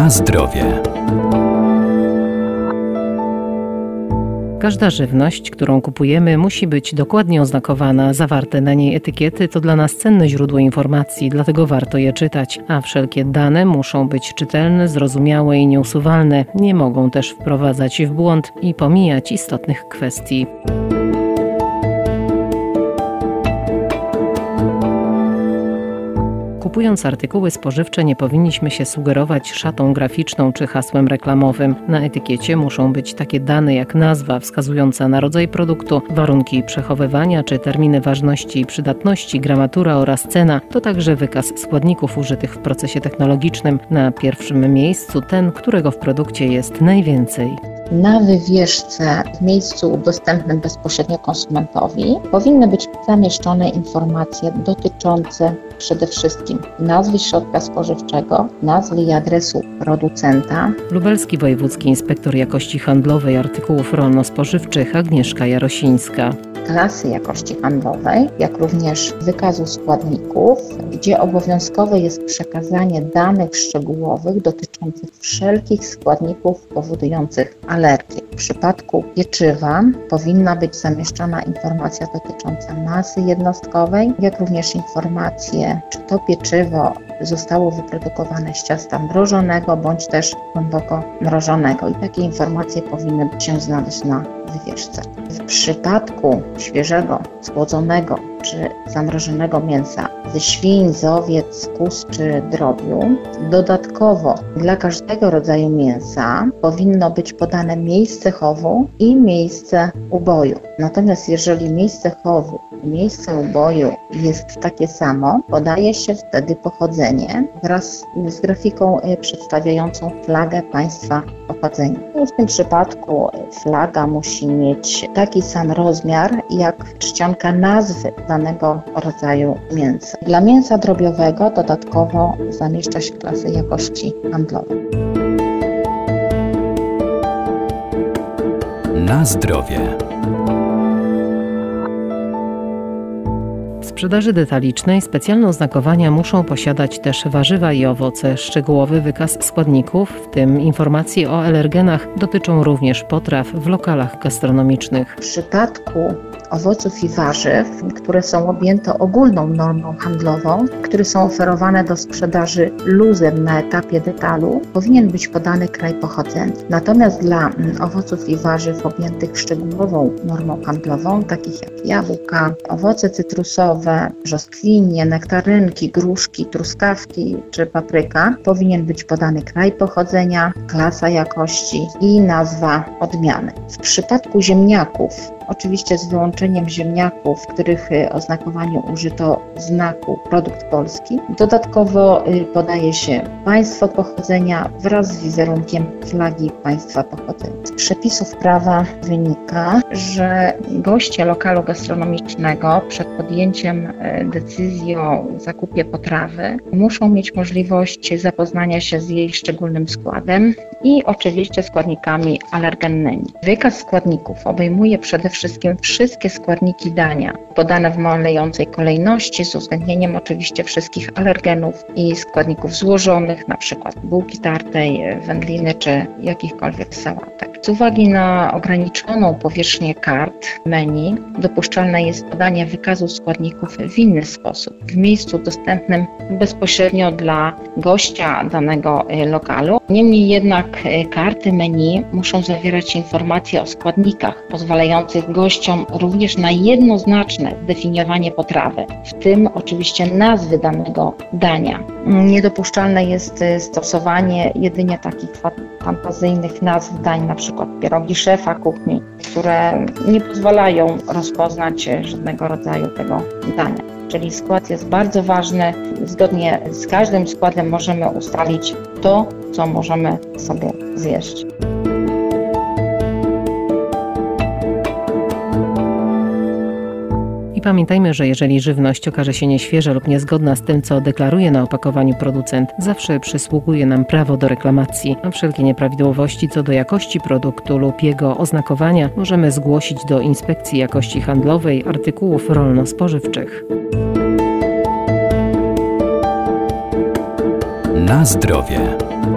Na zdrowie. Każda żywność, którą kupujemy, musi być dokładnie oznakowana. Zawarte na niej etykiety to dla nas cenne źródło informacji, dlatego warto je czytać. A wszelkie dane muszą być czytelne, zrozumiałe i nieusuwalne. Nie mogą też wprowadzać w błąd i pomijać istotnych kwestii. Kupując artykuły spożywcze nie powinniśmy się sugerować szatą graficzną czy hasłem reklamowym. Na etykiecie muszą być takie dane jak nazwa wskazująca na rodzaj produktu, warunki przechowywania czy terminy ważności i przydatności, gramatura oraz cena. To także wykaz składników użytych w procesie technologicznym. Na pierwszym miejscu ten, którego w produkcie jest najwięcej. Na wywieszce w miejscu dostępnym bezpośrednio konsumentowi powinny być zamieszczone informacje dotyczące przede wszystkim nazwy środka spożywczego, nazwy i adresu producenta. Lubelski Wojewódzki Inspektor Jakości Handlowej Artykułów Rolno-Spożywczych Agnieszka Jarosińska. Klasy jakości handlowej, jak również wykazu składników, gdzie obowiązkowe jest przekazanie danych szczegółowych dotyczących wszelkich składników powodujących alergię. W przypadku pieczywa powinna być zamieszczona informacja dotycząca masy jednostkowej, jak również informacje, czy to pieczywo zostało wyprodukowane z ciasta mrożonego bądź też głęboko mrożonego i takie informacje powinny się znaleźć na wywieszce. W przypadku świeżego, schłodzonego czy zamrożonego mięsa ze świń, z owiec, kóz czy drobiu, dodatkowo dla każdego rodzaju mięsa powinno być podane miejsce chowu i miejsce uboju. Natomiast jeżeli miejsce chowu i miejsce uboju jest takie samo, podaje się wtedy pochodzenie wraz z grafiką przedstawiającą flagę państwa pochodzenia. I w tym przypadku flaga musi mieć taki sam rozmiar jak czcionka nazwy danego rodzaju mięsa. Dla mięsa drobiowego dodatkowo zamieszcza się klasę jakości handlowej. Na zdrowie. W sprzedaży detalicznej specjalne oznakowania muszą posiadać też warzywa i owoce. Szczegółowy wykaz składników, w tym informacje o alergenach, dotyczą również potraw w lokalach gastronomicznych. W przypadku owoców i warzyw, które są objęte ogólną normą handlową, które są oferowane do sprzedaży luzem na etapie detalu, powinien być podany kraj pochodzenia. Natomiast dla owoców i warzyw objętych szczegółową normą handlową, takich jak jabłka, owoce cytrusowe, brzoskwinie, nektarynki, gruszki, truskawki czy papryka, powinien być podany kraj pochodzenia, klasa jakości i nazwa odmiany. W przypadku ziemniaków, oczywiście z wyłączeniem ziemniaków, w których oznakowaniu użyto znaku produkt polski, dodatkowo podaje się państwo pochodzenia wraz z wizerunkiem flagi państwa pochodzenia. Z przepisów prawa wynika, że goście lokalu gastronomicznego przed podjęciem decyzji o zakupie potrawy muszą mieć możliwość zapoznania się z jej szczególnym składem i oczywiście składnikami alergennymi. Wykaz składników obejmuje przede wszystkim wszystkie składniki dania, podane w malejącej kolejności, z uwzględnieniem oczywiście wszystkich alergenów i składników złożonych, np. bułki tartej, wędliny czy jakichkolwiek sałatek. Z uwagi na ograniczoną powierzchnię kart menu, dopuszczalne jest podanie wykazu składników w inny sposób, w miejscu dostępnym bezpośrednio dla gościa danego lokalu. Niemniej jednak karty menu muszą zawierać informacje o składnikach, pozwalających gościom również na jednoznaczne zdefiniowanie potrawy, w tym oczywiście nazwy danego dania. Niedopuszczalne jest stosowanie jedynie takich fantazyjnych nazw dań, np. pierogi szefa kuchni, które nie pozwalają rozpoznać żadnego rodzaju tego dania. Czyli skład jest bardzo ważny. Zgodnie z każdym składem możemy ustalić to, co możemy sobie zjeść. I pamiętajmy, że jeżeli żywność okaże się nieświeża lub niezgodna z tym, co deklaruje na opakowaniu producent, zawsze przysługuje nam prawo do reklamacji, a wszelkie nieprawidłowości co do jakości produktu lub jego oznakowania możemy zgłosić do Inspekcji Jakości Handlowej Artykułów Rolno-Spożywczych. Na zdrowie.